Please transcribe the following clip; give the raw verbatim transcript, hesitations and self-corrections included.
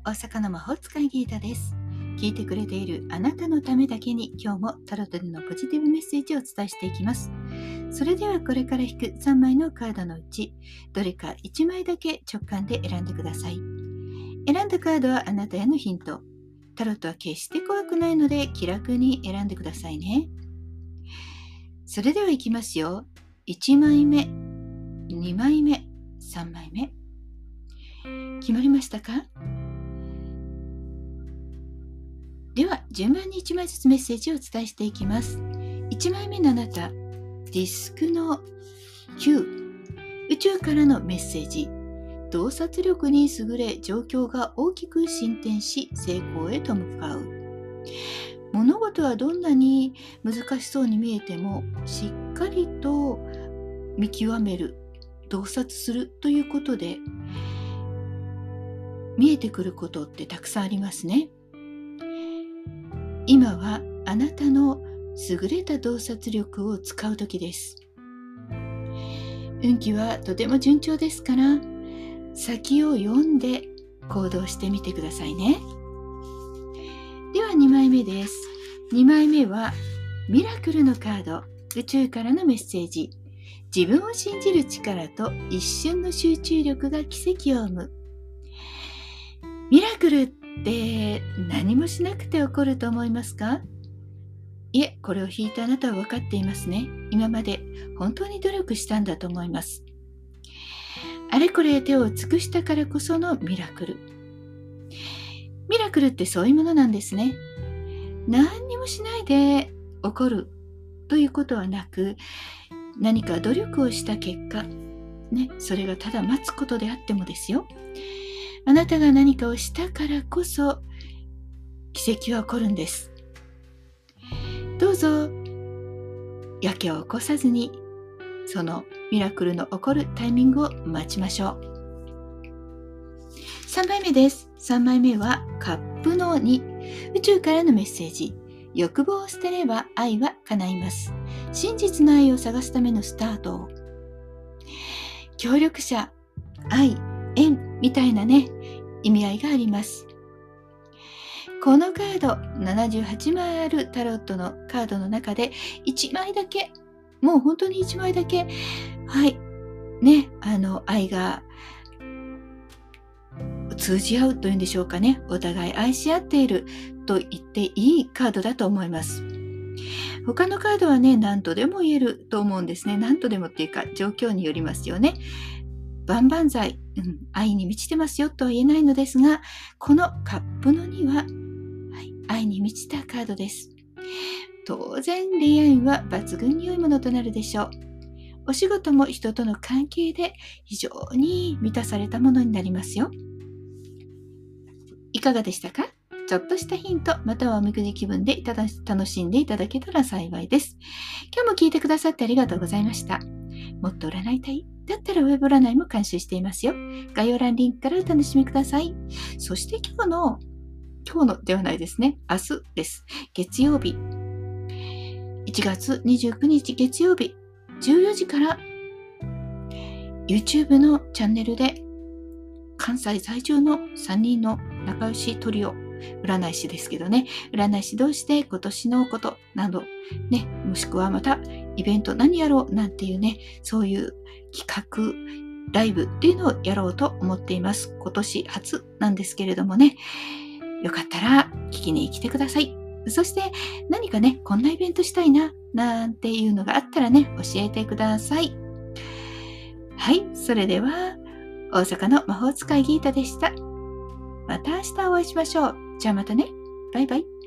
大阪の魔法使いギータです。聞いてくれているあなたのためだけに今日もタロットでのポジティブメッセージをお伝えしていきます。それではこれから引くさんまいのカードのうちどれかいちまいだけ直感で選んでください。選んだカードはあなたへのヒント。タロットは決して怖くないので気楽に選んでくださいね。それではいきますよ。いちまいめ、にまいめ、さんまいめ。決まりましたか？では順番にいちまいずつメッセージをお伝えしていきます。いちまいめのあなた、ディスクのきゅう、宇宙からのメッセージ。洞察力に優れ、状況が大きく進展し成功へと向かう。物事はどんなに難しそうに見えてもしっかりと見極める、洞察するということで見えてくることってたくさんありますね。今はあなたの優れた洞察力を使う時です。運気はとても順調ですから、先を読んで行動してみてくださいね。ではにまいめです。にまいめはミラクルのカード、宇宙からのメッセージ。自分を信じる力と一瞬の集中力が奇跡を生む。ミラクルって何もしなくて起こると思いますか？いえ、これを引いたあなたは分かっていますね。今まで本当に努力したんだと思います。あれこれ手を尽くしたからこそのミラクル。ミラクルってそういうものなんですね。何にもしないで起こるということはなく、何か努力をした結果、ね、それがただ待つことであってもですよ。あなたが何かをしたからこそ奇跡は起こるんです。どうぞやけを起こさずに、そのミラクルの起こるタイミングを待ちましょう。さんまいめです。さんまいめはカップのに、宇宙からのメッセージ。欲望を捨てれば愛は叶います。真実の愛を探すためのスタートを。協力者、愛、縁みたいなね、意味合いがあります。このカード、ななじゅうはちまいあるタロットのカードの中でいちまいだけ、もう本当にいちまいだけ、はい、ね、あの、愛が通じ合うというんでしょうかね。お互い愛し合っていると言っていいカードだと思います。他のカードはね、何とでも言えると思うんですね。何とでもっていうか、状況によりますよね。万々歳、うん、愛に満ちてますよとは言えないのですが、このカップのには、はい、愛に満ちたカードです。当然恋愛は抜群に良いものとなるでしょう。お仕事も人との関係で非常に満たされたものになりますよ。いかがでしたか？ちょっとしたヒント、またはおみくじ気分でいただ楽しんでいただけたら幸いです。今日も聞いてくださってありがとうございました。もっと占いたいだったらウェブ占いも監修していますよ。概要欄リンクからお楽しみください。そして今日の、今日のではないですね。明日です。月曜日。いちがつにじゅうくにち月曜日、じゅうよじから YouTube のチャンネルで関西在住のさんにんの仲良しトリオ、占い師ですけどね、占い師同士で今年のことなど、ね、もしくはまたイベント何やろうなんていうね、そういう企画、ライブっていうのをやろうと思っています。今年初なんですけれどもね、よかったら聞きに来てください。そして何かね、こんなイベントしたいな、なんていうのがあったらね、教えてください。はい、それでは、大阪の魔法使いギータでした。また明日お会いしましょう。じゃあまたね。バイバイ。